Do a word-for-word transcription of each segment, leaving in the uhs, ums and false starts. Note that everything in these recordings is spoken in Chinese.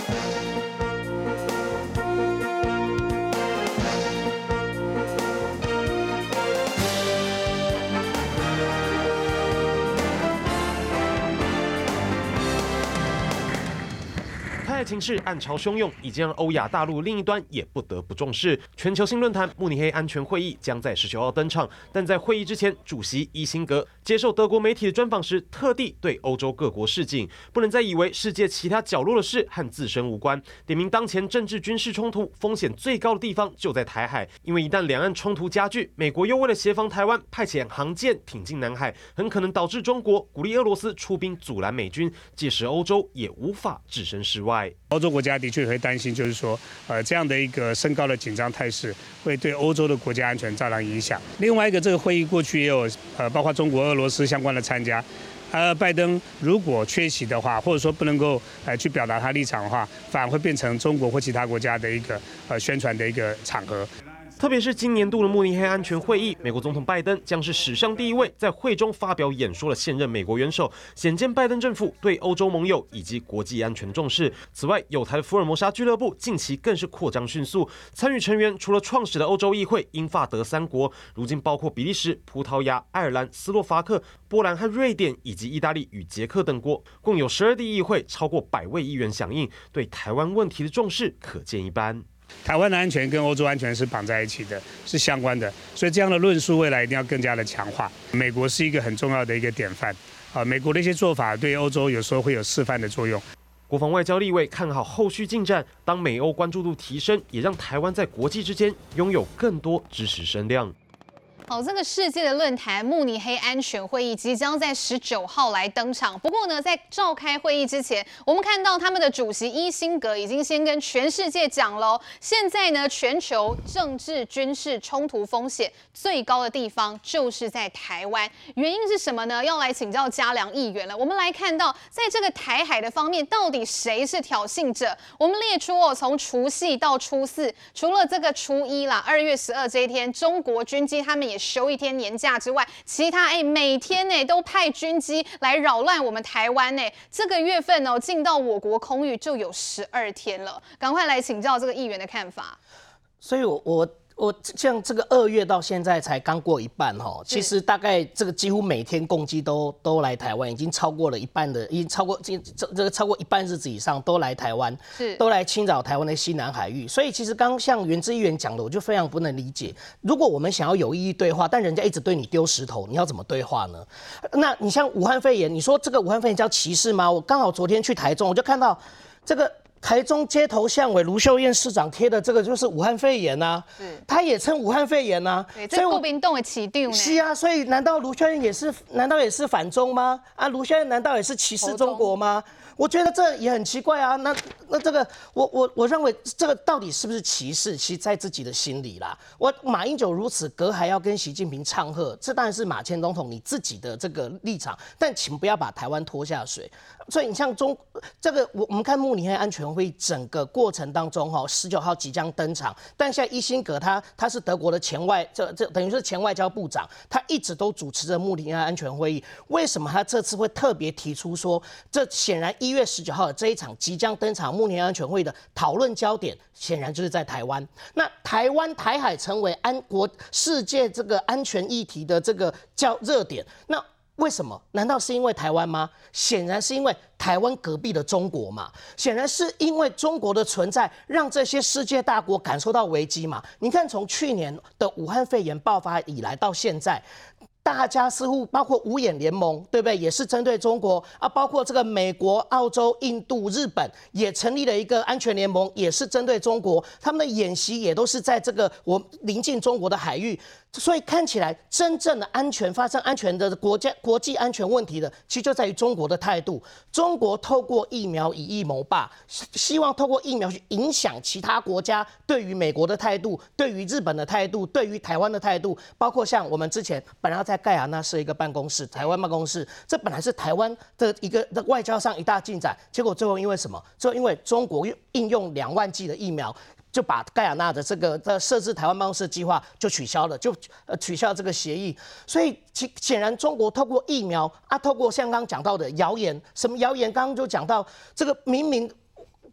台海情势暗潮汹涌，已经让欧亚大陆另一端也不得不重视。全球性论坛慕尼黑安全会议将在十九号登场，但在会议之前，主席伊辛格接受德国媒体的专访时，特地对欧洲各国示警，不能再以为世界其他角落的事和自身无关，点名当前政治军事冲突风险最高的地方就在台海，因为一旦两岸冲突加剧，美国又为了协防台湾，派遣航舰挺进南海，很可能导致中国鼓励俄罗斯出兵阻拦美军，届时欧洲也无法置身事外。 欧洲国家的确会担心，就是说，呃，这样的一个升高的紧张态势，会对欧洲的国家安全造成影响。另外一个，这个会议过去也有，呃，包括中国、俄罗斯相关的参加。呃，拜登如果缺席的话，或者说不能够呃去表达他立场的话，反而会变成中国或其他国家的一个呃宣传的一个场合。 特别是今年度的慕尼黑安全会议，美国总统拜登将是史上第一位在会中发表演说的现任美国元首，显见拜登政府对欧洲盟友以及国际安全的重视。此外，有台的福尔摩沙俱乐部近期更是扩张迅速，参与成员除了创始的欧洲议会、英法德三国，如今包括比利时、葡萄牙、爱尔兰、斯洛伐克、波兰和瑞典，以及意大利与捷克等国，共有十二地议会，超过百位议员响应，对台湾问题的重视可见一斑。 台湾的安全跟欧洲安全是绑在一起的，是相关的，所以这样的论述未来一定要更加的强化。美国是一个很重要的一个典范，啊，美国的一些做法对欧洲有时候会有示范的作用。 国防外交立委看好后续进展，当美欧关注度提升，也让台湾在国际之间拥有更多支持声量。 好，这个世界的论坛慕尼黑安全会议即将在十九号来登场。不过呢，在召开会议之前，我们看到他们的主席伊辛格已经先跟全世界讲喽，现在呢，全球政治军事冲突风险最高的地方就是在台湾。原因是什么呢？要来请教嘉良议员了。我们来看到，在这个台海的方面，到底谁是挑衅者？我们列出哦，从除夕到初四，除了这个初一啦，二月十二这一天，中国军机他们也休一天年假之外，其他哎每天呢都派军机来扰乱我们台湾呢。这个月份哦进到我国空域就有十二天了，赶快来请教这个议员的看法。 所以我我。我像这个二月到现在才刚过一半哈，其实大概这个几乎每天攻击都都来台湾，已经超过了一半的，已经超过这这个超过一半日子以上都来台湾，是都来侵扰台湾的西南海域。所以其实刚像元之议员讲的，我就非常不能理解，如果我们想要有意义对话，但人家一直对你丢石头，你要怎么对话呢？那你像武汉肺炎，你说这个武汉肺炎叫歧视吗？我刚好昨天去台中，我就看到这个。台中街头巷尾卢秀燕市长贴的这个就是武汉肺炎呐、啊，他也称武汉肺炎呐、啊， 对，这国民党的起定呢？ 是啊，所以难道卢秀燕也是？难道也是反中吗？啊，卢秀燕难道也是歧视中国吗？我觉得这也很奇怪啊。那那这个，我我我认为这个到底是不是歧视？其实在自己的心里啦。我马英九如此隔还要跟习近平唱和，这当然是马前总统你自己的这个立场，但请不要把台湾拖下水。所以你像中这个，我我们看慕尼黑安全会议整个过程当中，哈，十九号即将登场，但现在伊辛格他他是德国的前外，这这等于是前外交部长，他一直都主持着慕尼黑安全会议。为什么他这次会特别提出说，这显然一月十九号的这一场即将登场慕尼黑安全会议的讨论焦点，显然就是在台湾。那台湾台海成为安国世界这个安全议题的这个较热点，那。为什么？难道是因为台湾吗？显然是因为台湾隔壁的中国嘛。显然是因为中国的存在，让这些世界大国感受到危机嘛。你看，从去年的武汉肺炎爆发以来到现在。大家似乎包括五眼联盟，对不对？也是针对中国啊，包括这个美国、澳洲、印度、日本也成立了一个安全联盟，也是针对中国。他们的演习也都是在这个我临近中国的海域，所以看起来真正的安全发生安全的国家国际安全问题的，其实就在于中国的态度。中国透过疫苗以疫谋霸，希望透过疫苗去影响其他国家对于美国的态度、对于日本的态度、对于台湾的态度，包括像我们之前本来要在在盖亚那设一个办公室，台湾办公室，这本来是台湾的一个的外交上一大进展，结果最后因为什么？最后因为中国应用两万剂的疫苗，就把盖亚纳的这个的设置台湾办公室计划就取消了，就呃取消这个协议。所以显然中国透过疫苗啊，透过像刚刚讲到的谣言，什么谣言？刚刚就讲到这个明明。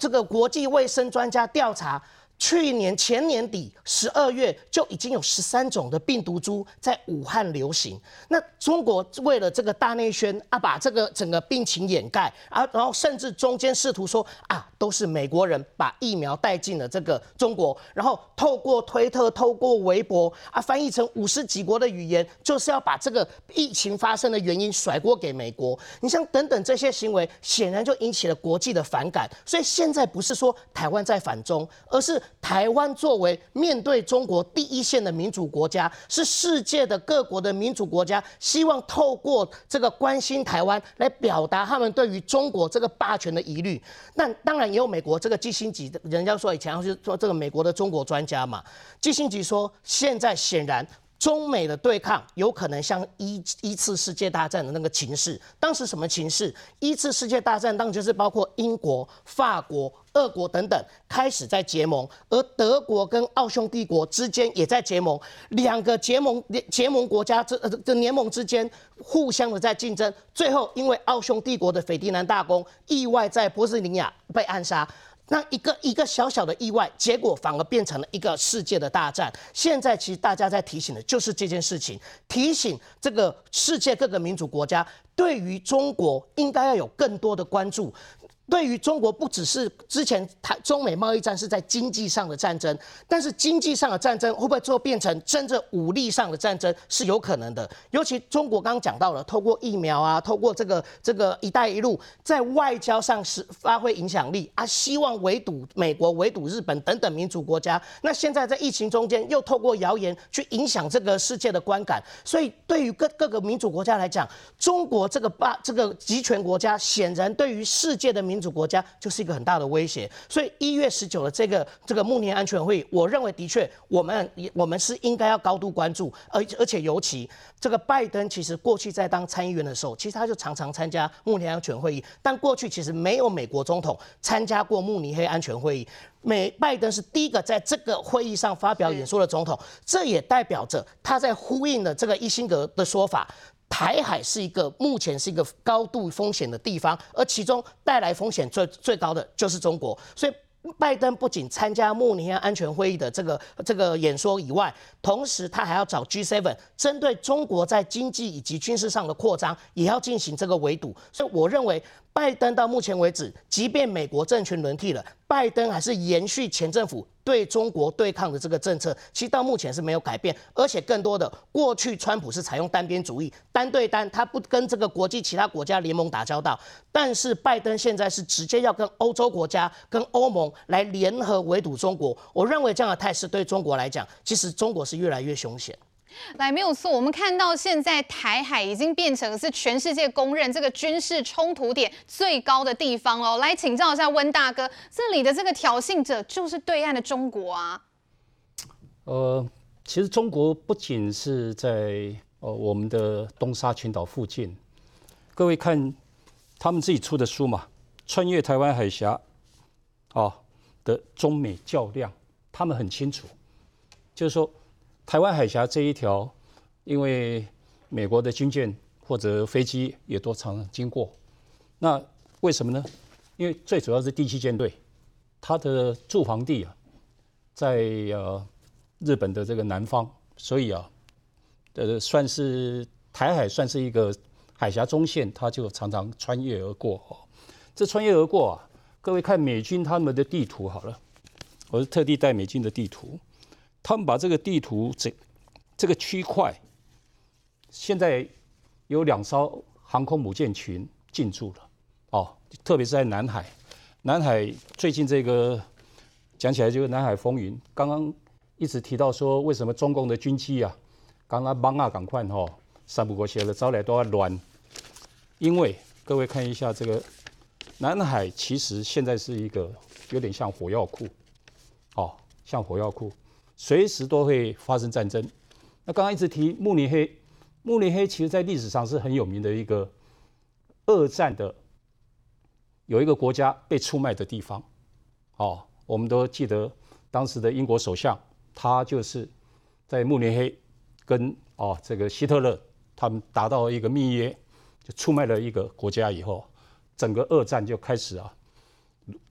这个国际卫生专家调查。去年前年底十二月就已经有十三种的病毒株在武汉流行。那中国为了这个大内宣啊，把这个整个病情掩盖啊，然后甚至中间试图说啊，都是美国人把疫苗带进了这个中国，然后透过推特、透过微博啊，翻译成五十几国的语言，就是要把这个疫情发生的原因甩锅给美国。你像等等这些行为，显然就引起了国际的反感。所以现在不是说台湾在反中，而是台湾作为面对中国第一线的民主国家，是世界的各国的民主国家，希望透过这个关心台湾来表达他们对于中国这个霸权的疑虑。那当然也有美国这个基辛格，人家说以前是说这个美国的中国专家嘛，基辛格说现在显然。中美的对抗有可能像一一次世界大战的那个情势。当时什么情势？一次世界大战当然就是包括英国、法国、俄国等等开始在结盟，而德国跟奥匈帝国之间也在结盟，两个结盟结盟国家这这联盟之间互相的在竞争。最后因为奥匈帝国的斐迪南大公意外在波斯尼亚被暗杀。那一个一个小小的意外，结果反而变成了一个世界的大战。现在其实大家在提醒的就是这件事情，提醒这个世界各个民主国家对于中国应该要有更多的关注。对于中国，不只是之前台中美贸易战是在经济上的战争，但是经济上的战争会不会最后变成真正武力上的战争是有可能的。尤其中国刚刚讲到了，透过疫苗啊，透过这个这个“一带一路”在外交上是发挥影响力啊，希望围堵美国、围堵日本等等民主国家。那现在在疫情中间又透过谣言去影响这个世界的观感，所以对于各各个民主国家来讲，中国这个霸这个集权国家，显然对于世界的民主国家就是一个很大的威胁。所以一月十九的这个这个慕尼黑安全会议，我认为的确我们我们是应该要高度关注，而而且尤其这个拜登其实过去在当参议员的时候，其实他就常常参加慕尼黑安全会议，但过去其实没有美国总统参加过慕尼黑安全会议。美拜登是第一个在这个会议上发表演说的总统，这也代表着他在呼应了这个伊辛格的说法。台海是一个目前是一个高度风险的地方，而其中带来风险最最高的就是中国，所以拜登不仅参加慕尼黑安全会议的这个这个演说以外，同时他还要找 G 七 针对中国在经济以及军事上的扩张，也要进行这个围堵。所以我认为，拜登到目前为止，即便美国政权轮替了，拜登还是延续前政府对中国对抗的这个政策，其实到目前是没有改变，而且更多的，过去川普是采用单边主义，单对单，他不跟这个国际其他国家联盟打交道，但是拜登现在是直接要跟欧洲国家、跟欧盟来联合围堵中国。我认为这样的态势对中国来讲，其实中国是越来越凶险。 来，没有错，我们看到现在台海已经变成是全世界公认这个军事冲突点最高的地方了。来请教一下温大哥，这里的这个挑衅者就是对岸的中国啊。 呃，其实中国不仅是在呃我们的东沙群岛附近，各位看他们自己出的书嘛，穿越台湾海峡啊的中美较量，他们很清楚，就是说。台湾海峡这一条，因为美国的军舰或者飞机也都常常经过，那为什么呢？因为最主要是第七舰队，它的驻防地啊，在呃日本的这个南方，所以啊，呃算是台海算是一个海峡中线，它就常常穿越而过哦。这穿越而过啊，各位看美军他们的地图好了，我是特地带美军的地图。他们把这个地图这这个区块，现在有两艘航空母舰群进驻了，哦，特别是在南海。南海最近这个讲起来就是南海风云，刚刚一直提到说为什么中共的军机啊，刚刚帮啊赶快吼，三不国写了招来都要乱，因为各位看一下这个南海其实现在是一个有点像火药库，哦，像火药库。随时都会发生战争。那刚刚一直提慕尼黑，慕尼黑其实在历史上是很有名的一个二战的有一个国家被出卖的地方。哦，我们都记得当时的英国首相，他就是在慕尼黑跟哦这个希特勒他们达到一个密约，就出卖了一个国家以后，整个二战就开始啊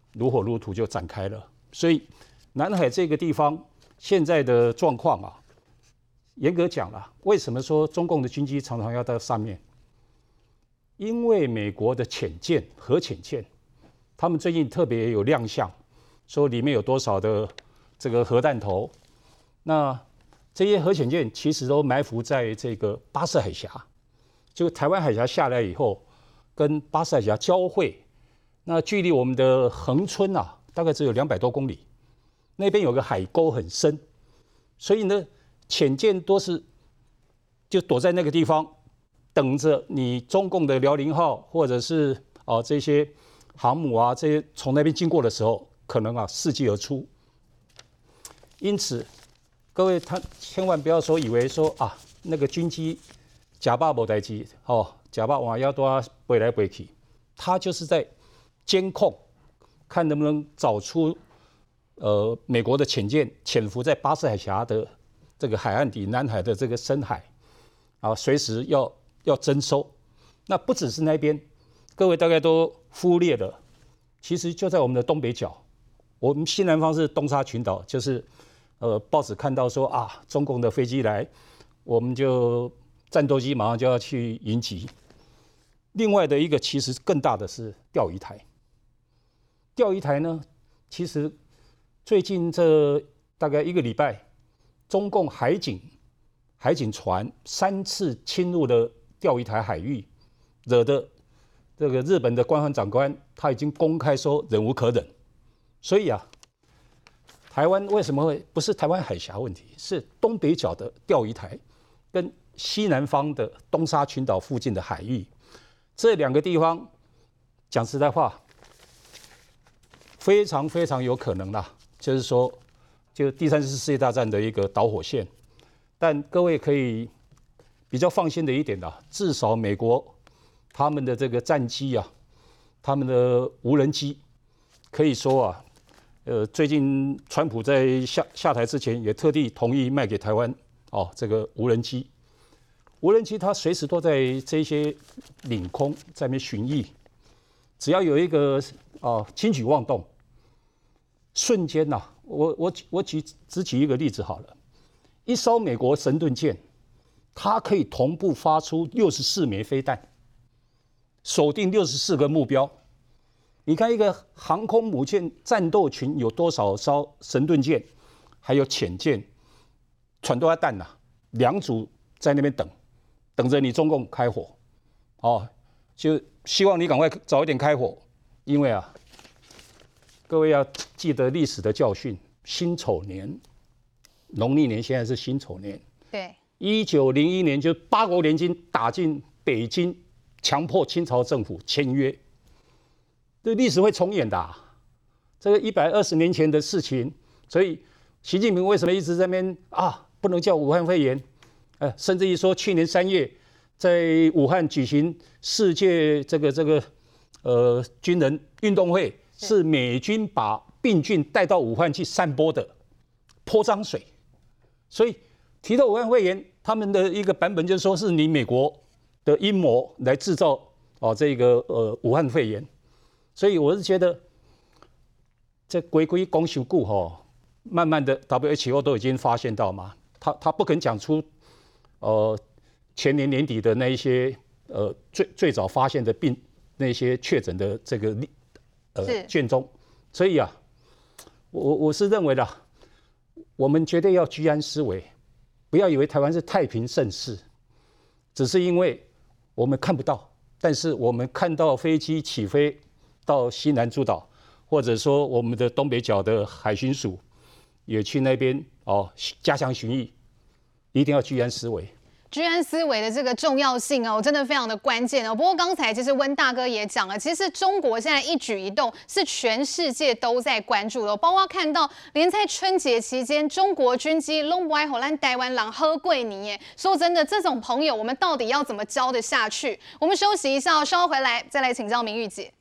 如火如荼就展开了。所以南海这个地方现在的状况啊，严格讲了，为什么说中共的军机常常要到上面？因为美国的潜舰、核潜舰，他们最近特别有亮相，说里面有多少的这个核弹头。那这些核潜舰其实都埋伏在这个巴士海峡，就台湾海峡下来以后，跟巴士海峡交汇，那距离我们的恒春啊，大概只有两百多公里，那边有个海沟很深，所以呢，潜舰都是就躲在那个地方。等着你中共的辽宁号或者是哦、呃、这些航母啊，这些从那边经过的时候，可能啊伺机而出。因此，各位他千万不要说以为说啊那个军机假霸没代机哦，假霸往要多飞来飞去，他就是在监控，看能不能找出呃美国的潜舰潜伏在巴士海峡的这个海岸底，南海的这个深海啊，随时要。要征收，那不只是那边，各位大概都忽略了，其实就在我们的东北角，我们西南方是东沙群岛，就是呃报纸看到说啊，中共的飞机来，我们就战斗机马上就要去迎击。另外的一个其实更大的是钓鱼台，钓鱼台呢，其实最近这大概一个礼拜，中共海警海警船三次侵入了钓鱼台海域，惹得这个日本的官方长官他已经公开说忍无可忍。所以啊，台湾为什么会不是台湾海峡问题，是东北角的钓鱼台跟西南方的东沙群岛附近的海域这两个地方，讲实在话，非常非常有可能啦，就是说，就第三次世界大战的一个导火线。但各位可以比较放心的一点的，至少美国他们的这个战机啊，他们的无人机，可以说啊，呃，最近川普在下下台之前也特地同意卖给台湾哦，这个无人机，无人机它随时都在这些领空在那边巡弋，只要有一个啊轻举妄动，瞬间呐、啊，我我我举只举一个例子好了。一艘美国神盾舰，它可以同步发出六十四枚飞弹，锁定六十四个目标。你看一个航空母舰战斗群有多少艘神盾舰，还有潜舰，船都要弹呐、啊，两组在那边等，等着你中共开火，哦，就希望你赶快早一点开火，因为啊，各位要记得历史的教训，辛丑年。农历年现在是辛丑年， 对， 一九零一年就八国联军打进北京，强迫清朝政府签约，这历史会重演的、啊。这个一百二十年前的事情，所以习近平为什么一直在那边啊，不能叫武汉肺炎？呃，甚至于说去年三月在武汉举行世界这个这个呃军人运动会，是美军把病菌带到武汉去散播的泼脏水。所以提到武汉肺炎，他们的一个版本就是说是你美国的阴谋来制造哦这个呃武汉肺炎，所以我是觉得这规规公修固哈，慢慢的 W H O 都已经发现到嘛，他他不肯讲出呃前年年底的那一些呃最最早发现的病那些确诊的这个呃卷宗，所以啊，我我是认为的。我们绝对要居安思危，不要以为台湾是太平盛世，只是因为我们看不到，但是我们看到飞机起飞到西南诸岛，或者说我们的东北角的海巡署也去那边哦加强巡弋，一定要居安思危。 居安思危的这个重要性哦，真的非常的关键哦。不过刚才其实温大哥也讲了，其实中国现在一举一动是全世界都在关注的、哦，包括看到连在春节期间，中国军机拢不爱荷兰台湾人喝桂泥耶。说真的，这种朋友我们到底要怎么交得下去？我们休息一下、哦，稍后回来再来请教明玉姐。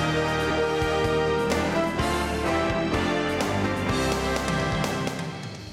中国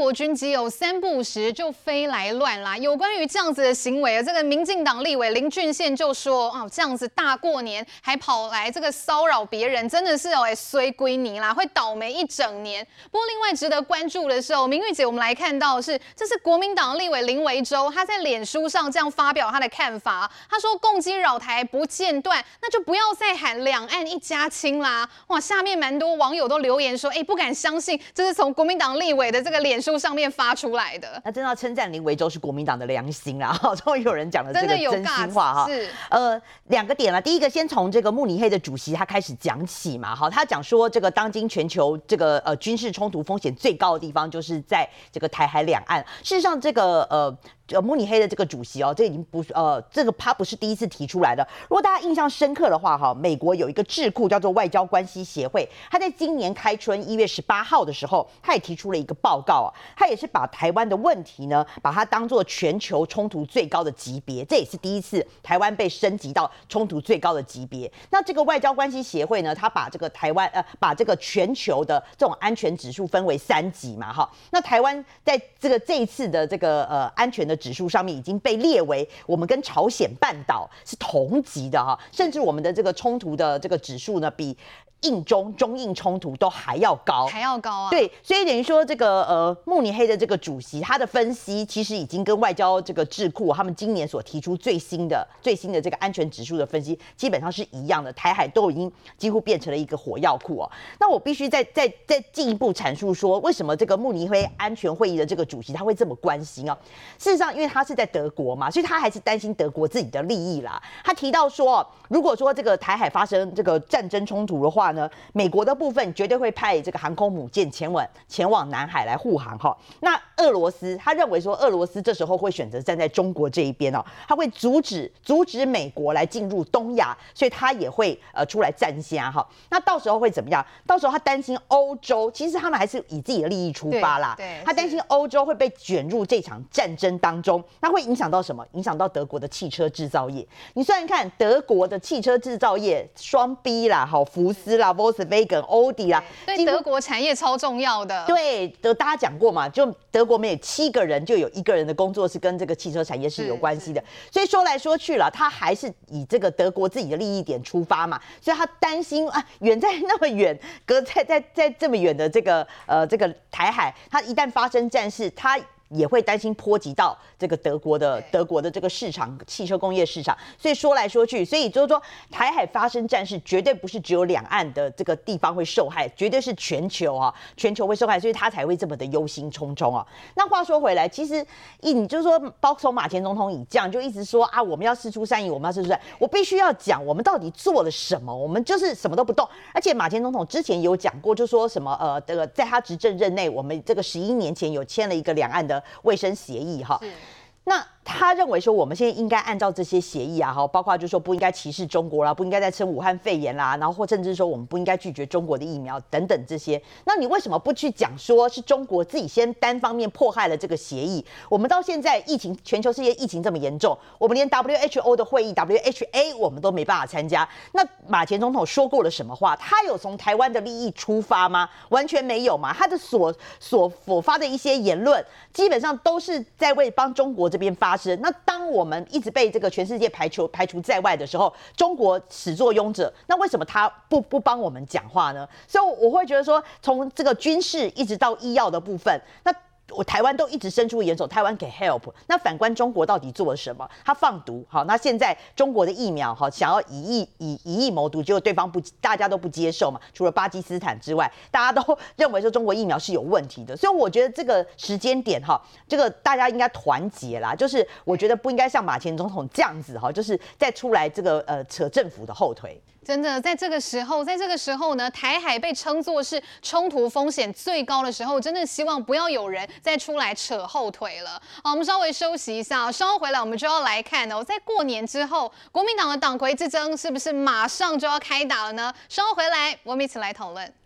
国军机有三不五时就飞来乱啦。有关于这样子的行为，这个民进党立委林俊宪就说：“哦，这样子大过年还跑来这个骚扰别人，真的是哦，哎，衰归泥啦，会倒霉一整年。”不过，另外值得关注的是哦，明玉姐，我们来看到的是，这是国民党立委林维洲他在脸书上这样发表他的看法，他说：“共机扰台不间断，那就不要再喊两岸一家亲啦。”哇，下面蛮多网友都留言说：“哎，不敢相信，这是从国民党立委的这个脸书上面发出来的。” 那真的要称赞林维洲是国民党的良心啦，终于有人讲了这个真的有真心话哈。 是呃，两个点啦，第一个先从这个慕尼黑的主席他开始讲起嘛，哈，他讲说这个当今全球这个呃军事冲突风险最高的地方就是在这个台海两岸。事实上，这个呃。呃，慕尼黑的这个主席哦，这已经不呃，这个他不是第一次提出来的。如果大家印象深刻的话，哈，美国有一个智库叫做外交关系协会，他在今年开春一月十八号的时候，他也提出了一个报告啊，他也是把台湾的问题呢，把它当作全球冲突最高的级别，这也是第一次台湾被升级到冲突最高的级别。那这个外交关系协会呢，他把这个台湾呃，把这个全球的这种安全指数分为三级嘛，哈，那台湾在这个这一次的这个呃安全的指数上面已经被列为我们跟朝鲜半岛是同级的哈，甚至我们的这个冲突的这个指数呢，比印中中印冲突都还要高， 还要高啊！ 对，所以等于说这个呃慕尼黑的这个主席他的分析，其实已经跟外交这个智库他们今年所提出最新的最新的这个安全指数的分析，基本上是一样的。台海都已经几乎变成了一个火药库哦。那我必须再再再进一步阐述说，为什么这个慕尼黑安全会议的这个主席他会这么关心哦？事实上，因为他是在德国嘛，所以他还是担心德国自己的利益啦。他提到说，如果说这个台海发生这个战争冲突的话呢，美国的部分绝对会派这个航空母舰前往前往南海来护航哈。那俄罗斯他认为说，俄罗斯这时候会选择站在中国这一边哦，他会阻止阻止美国来进入东亚，所以他也会呃出来站虾哈。那到时候会怎么样？到时候他担心欧洲，其实他们还是以自己的利益出发啦。 对，对他担心欧洲会被卷入这场战争当中，那会影响到什么？影响到德国的汽车制造业。你虽然看德国的汽车制造业，双 B 啦，好福斯啦 Volkswagen、奥迪啦， 对德国产业超重要的。 对，德大家讲过嘛，就德国每七个人就有一个人的工作是跟这个汽车产业是有关系的，所以说来说去了，他还是以这个德国自己的利益点出发嘛，所以他担心啊，远在那么远，隔在在在这么远的这个呃这个台海，他一旦发生战事，他也会担心波及到这个德国的德国的这个市场，汽车工业市场。所以说来说去，所以就是说台海发生战事，绝对不是只有两岸的这个地方会受害，绝对是全球啊，全球会受害，所以他才会这么的忧心忡忡啊。那话说回来，其实你就是说，包括马前总统以这样就一直说啊，我们要释出善意，我们要释出善意，我必须要讲，我们到底做了什么？我们就是什么都不动。而且马前总统之前有讲过，就说什么呃，这个在他执政任内，我们这个十一年前有签了一个两岸的卫生协议哈。那他认为说，我们现在应该按照这些协议啊，哈，包括就是说不应该歧视中国啦，不应该再称武汉肺炎啦，然后或甚至说我们不应该拒绝中国的疫苗等等这些。那你为什么不去讲说是中国自己先单方面迫害了这个协议？我们到现在疫情全球世界疫情这么严重，我们连 W H O 的会议 W H A 我们都没办法参加。那马前总统说过了什么话？他有从台湾的利益出发吗？完全没有嘛。他的所所所发的一些言论，基本上都是在为帮中国这边发。那当我们一直被这个全世界排除排除在外的时候，中国始作俑者，那为什么他不不帮我们讲话呢？所以我会觉得说，从这个军事一直到医药的部分，那我台湾都一直伸出援手，台湾给 help。那反观中国到底做了什么？他放毒，好，那现在中国的疫苗，好，想要以疫以以疫谋独，结果对方不，大家都不接受嘛。除了巴基斯坦之外，大家都认为说中国疫苗是有问题的。所以我觉得这个时间点，哈，这个大家应该团结啦。就是我觉得不应该像马前总统这样子，哈，就是再出来这个呃扯政府的后腿。 真的，在这个时候，在这个时候呢，台海被称作是冲突风险最高的时候，真的希望不要有人再出来扯后腿了。好，我们稍微休息一下，稍后回来我们就要来看哦，在过年之后，国民党的党魁之争是不是马上就要开打了呢？稍后回来，我们一起来讨论。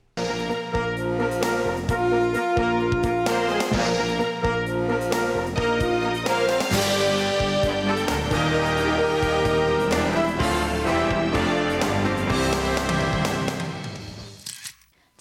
前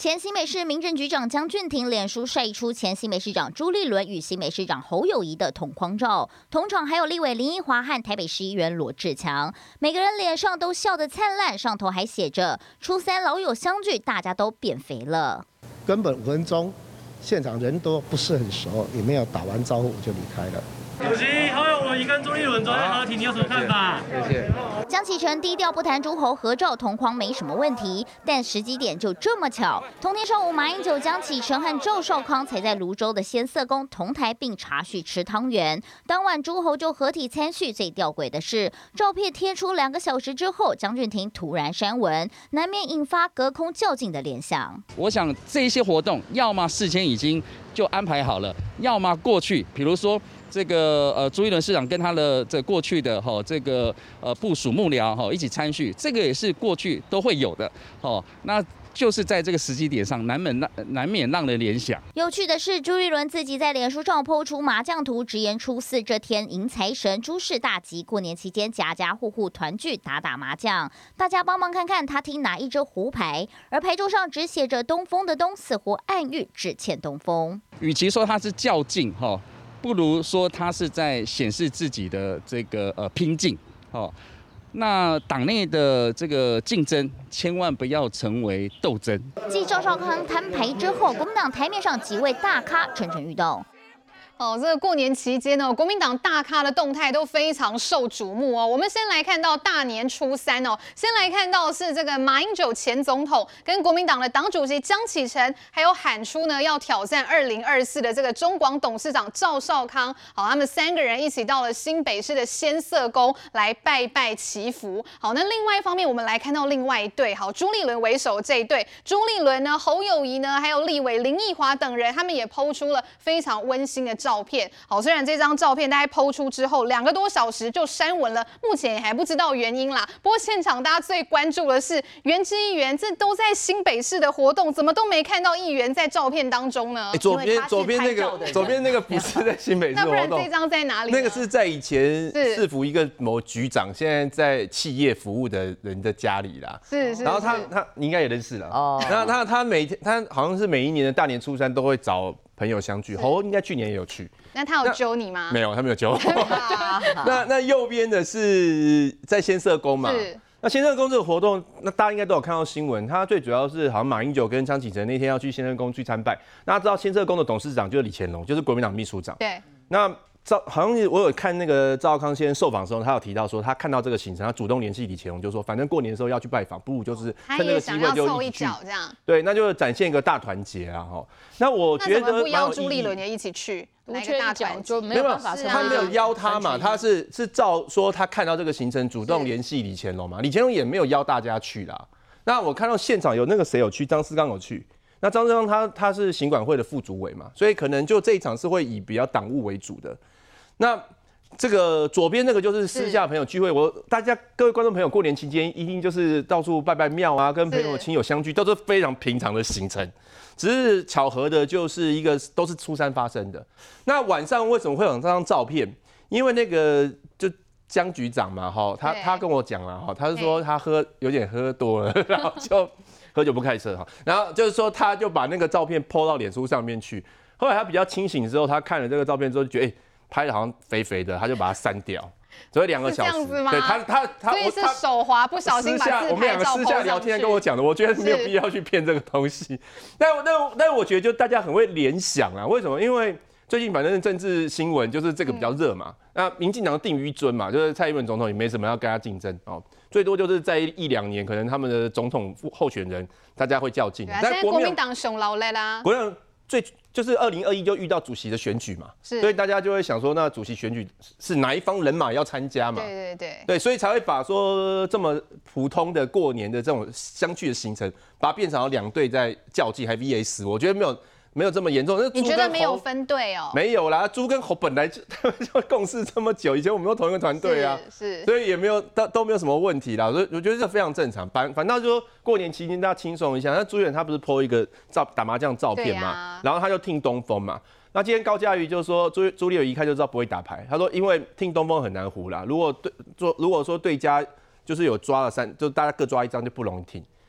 前新北市民政局长江俊廷脸书晒出前新北市长朱立伦与新北市长侯友宜的同框照，同场还有立委林奕华和台北市议员罗志强，每个人脸上都笑得灿烂，上头还写着“初三老友相聚，大家都变肥了”。 根本五分钟，现场人都不是很熟，也没有打完招呼就离开了。 主席侯友宜跟朱立伦昨天合体，你有什么看法？ 谢谢。 江启臣低调不谈诸侯合照同框没什么问题，但时机点就这么巧。同天上午，马英九、江启臣和赵少康才在泸州的先嗇宫同台并茶叙吃汤圆。当晚诸侯就合体参叙。最吊诡的是，照片贴出两个小时之后，江俊廷突然删文，难免引发隔空较劲的联想。 我想这一些活动，要么事先已经就安排好了，要么过去，比如说。这个呃，朱立伦市长跟他的这过去的哈、哦、这个呃部属幕僚哈、哦、一起参叙，这个也是过去都会有的哦。那就是在这个时机点上，难免难难免让人联想。 有趣的是，朱立伦自己在脸书上po出麻将图，直言初四这天迎财神，诸事大吉。过年期间家家户户团聚打打麻将，大家帮忙看看他听哪一支胡牌。而牌桌上只写着东风的东，似乎暗喻只欠东风。 与其说他是较劲哈。哦不如说他是在显示自己的这个呃拼劲哦，那党内的这个竞争千万不要成为斗争。 继赵少康摊牌之后，国民党台面上几位大咖蠢蠢欲动。 哦，这个过年期间呢，国民党大咖的动态都非常受瞩目哦。我们先来看到大年初三哦，先来看到是这个马英九前总统跟国民党的党主席江启臣，还有喊出呢要挑战二零二四的这个中广董事长赵少康，好，他们三个人一起到了新北市的先嗇宫来拜拜祈福。好，那另外一方面，我们来看到另外一对，好，朱立伦为首这一对，朱立伦呢、侯友宜呢，还有立委林奕华等人，他们也抛出了非常温馨的照片。好，虽然这张照片大概抛出之后两个多小时就删文了，目前也还不知道原因啦。不过现场大家最关注的是原之议员，这都在新北市的活动，怎么都没看到议员在照片当中呢？ 欸、左边左边那个左边那个不是在新北市活动， 那不然这张在哪里？ 那个是在以前市府一个某局长，现在在企业服务的人的家里啦。 是是。 然后他他你应该也认识了哦。然后他他每天他好像是每一年的大年初三都会找朋友相聚，侯应该去年也有去。 那他有揪你吗？ 没有，他没有揪我。那那右边的是在先嗇宫嘛？是。那先嗇宫这个活动，那大家应该都有看到新闻。他最主要是好像马英九跟江启臣那天要去先嗇宫去参拜。大家知道先嗇宫的董事长就是李乾龙，就是国民党秘书长。 对。 那赵好像我有看那个赵少康先生受访的时候，他有提到说，他看到这个行程，他主动联系李乾龙，就说反正过年的时候要去拜访，不如就是趁这个机会就一起去。 这样。 对，那就展现一个大团结啊！哈，那我觉得那怎么不邀朱立伦也一起去？来个大团就没有办法， 他没有邀他嘛，他是是照说他看到这个行程主动联系李乾龙嘛，李乾龙也没有邀大家去啦。那我看到现场有那个谁有去，张思刚有去。那张思刚他他是行管会的副主委嘛，所以可能就这一场是会以比较党务为主的。那这个左边那个就是私下朋友聚会，我大家各位观众朋友过年期间一定就是到处拜拜庙啊，跟朋友亲友相聚，都是非常平常的行程。只是巧合的就是一个都是初三发生的。那晚上为什么会有这张照片？因为那个就江局长嘛，哈，他他跟我讲了哈，他是说他喝有点喝多了，然后就喝酒不开车哈，然后就是说他就把那个照片 po 到脸书上面去。后来他比较清醒之后，他看了这个照片之后就觉得，哎、欸。拍的好像肥肥的，他就把它删掉，所以两个小时。 对他他他， 所以是手滑不小心把自拍照 po 上去。我们两个私下聊天跟我讲的，我觉得没有必要去骗这个东西。但但但我觉得就大家很会联想啊，为什么？因为最近反正政治新闻就是这个比较热嘛。嗯、那民进党定于一尊嘛，就是蔡英文总统也没什么要跟他竞争哦，最多就是在一两年，可能他们的总统候选人大家会较劲。 对啊，现在国民党熊老累啦。 国民党最就是二零二一就遇到主席的选举嘛，所以大家就会想说，那主席选举是哪一方人马要参加嘛？ 对对对， 对，所以才会把说这么普通的过年的这种相聚的行程，把它变成两队在较劲，还 V S， 我觉得没有。没有这么严重。 你觉得没有分队哦？ 没有啦，猪跟猴本来就他们就共事这么久，以前我们都同一个团队啊， 是， 所以也没有都都没有什么问题啦。所以我觉得这非常正常。反反倒说过年期间大家轻松一下。那朱远他不是 po 一个照打麻将照片嘛，啊、然后他就听东风嘛。那今天高嘉瑜就说朱朱立伦一看就知道不会打牌，他说因为听东风很难胡啦，如果对做如果说对家就是有抓了三，就大家各抓一张就不容易听。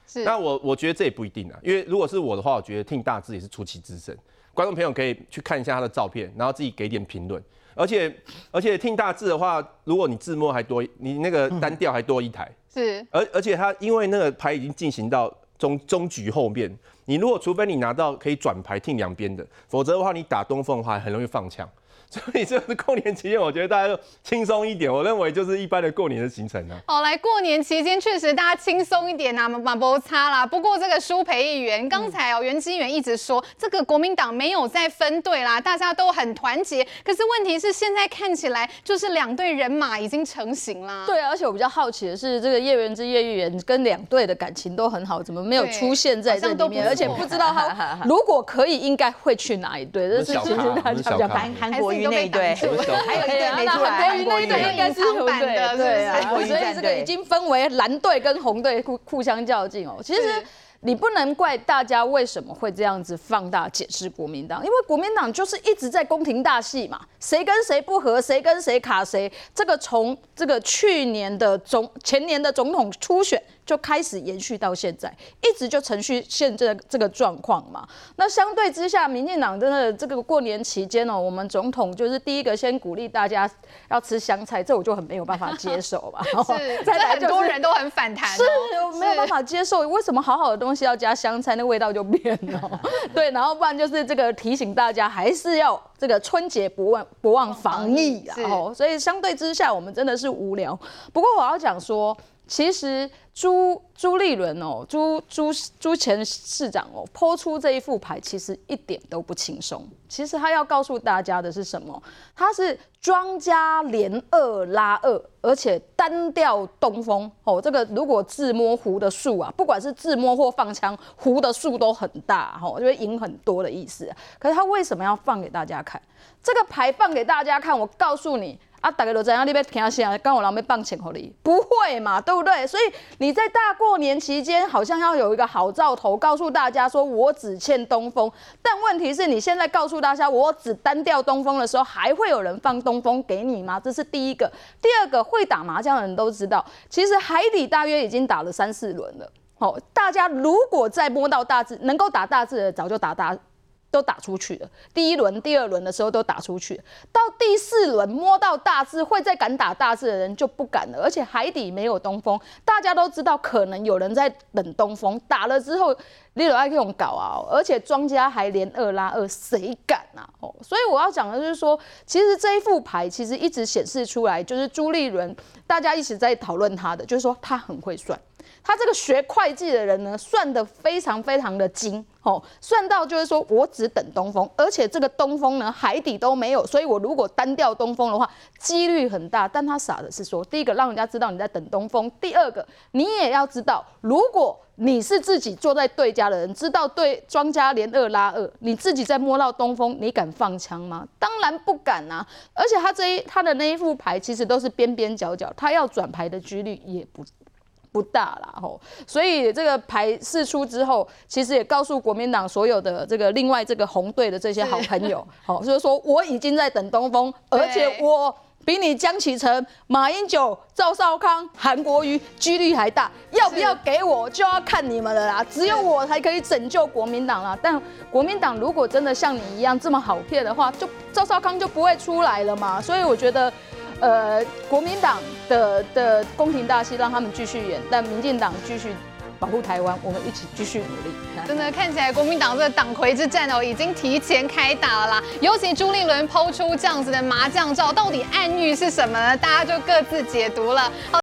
是， 那我我觉得这也不一定啊，因为如果是我的话，我觉得听大志也是出奇制胜。观众朋友可以去看一下他的照片，然后自己给点评论。而且而且听大志的话，如果你自摸还多，你那个单调还多一台。 是， 而而且他因为那个牌已经进行到中中局后面，你如果除非你拿到可以转牌听两边的，否则的话你打东风的话很容易放枪。所以这是过年期间，我觉得大家都轻松一点。我认为就是一般的过年的行程啊。 好，来过年期间确实大家轻松一点啊，马波差啦。不过这个舒培议员刚才哦，袁基元一直说这个国民党没有在分队啦，大家都很团结。可是问题是现在看起来就是两队人马已经成型啦。 对，而且我比较好奇的是，这个叶元之叶议员跟两队的感情都很好，怎么没有出现在这里面？而且不知道他如果可以，应该会去哪一队？这是其实大家讲韩韩国瑜那一队。还有一队没出来， 韩国瑜那一队应该是红队，对啊，所以这个已经分为蓝队跟红队互互相较劲哦。其实你不能怪大家为什么会这样子放大解释国民党，因为国民党就是一直在宫廷大戏嘛，谁跟谁不合，谁跟谁卡谁，这个从这个去年的总前年的总统初选就开始延续到现在，一直就程序现在这个状况嘛。那相对之下，民进党真的这个过年期间哦，我们总统就是第一个先鼓励大家要吃香菜，这我就很没有办法接受吧。 是，再来、就是、很多人都很反弹、哦， 是，我没有办法接受，为什么好好的东西要加香菜，那味道就变了？对，然后不然就是这个提醒大家还是要这个春节不忘不忘防疫啊。哦，所以相对之下，我们真的是无聊。不过我要讲说。其实朱朱立伦哦，朱朱朱前市长哦，抛出这一副牌，其实一点都不轻松。其实他要告诉大家的是什么？他是庄家连二拉二，而且单调东风哦。这个如果自摸胡的数啊，不管是自摸或放枪，胡的数都很大哦，就会赢很多的意思。可是他为什么要放给大家看？这个牌放给大家看，我告诉你。啊，大家都知道你要听啥，刚有人要放钱给你，不会嘛，对不对？所以你在大过年期间，好像要有一个好兆头，告诉大家说我只欠东风。但问题是你现在告诉大家我只单调东风的时候，还会有人放东风给你吗？这是第一个。第二个，会打麻将的人都知道，其实海底大约已经打了三四轮了。哦，大家如果再摸到大字，能够打大字的早就打大。都打出去了，第一轮、第二轮的时候都打出去了，到第四轮摸到大字，会再敢打大字的人就不敢了。而且海底没有东风，大家都知道可能有人在等东风，打了之后你有爱用搞啊，而且庄家还连二拉二，谁敢啊？哦，所以我要讲的就是说，其实这一副牌其实一直显示出来，就是朱立伦，大家一直在讨论他的，就是说他很会算。他这个学会计的人呢，算得非常非常的精哦，算到就是说我只等东风，而且这个东风呢海底都没有，所以我如果单调东风的话，几率很大。但他傻的是说，第一个让人家知道你在等东风，第二个你也要知道，如果你是自己坐在对家的人，知道对庄家连二拉二，你自己在摸到东风，你敢放枪吗？当然不敢啊！而且他这一他的那一副牌其实都是边边角角，他要转牌的几率也不。不大啦吼，所以这个牌释出之后，其实也告诉国民党所有的这个另外这个红队的这些好朋友，好，就是说我已经在等东风，而且我比你江启臣、马英九、赵少康、韩国瑜几率还大，要不要给我就要看你们了啦，只有我才可以拯救国民党啦。但国民党如果真的像你一样这么好骗的话，就赵少康就不会出来了嘛。所以我觉得。呃，国民党的的宫廷大戏让他们继续演，但民进党继续保护台湾，我们一起继续努力。 真的看起来国民党这个党魁之战哦，已经提前开打了啦。尤其朱立伦抛出这样子的麻将照，到底暗喻是什么呢？大家就各自解读了。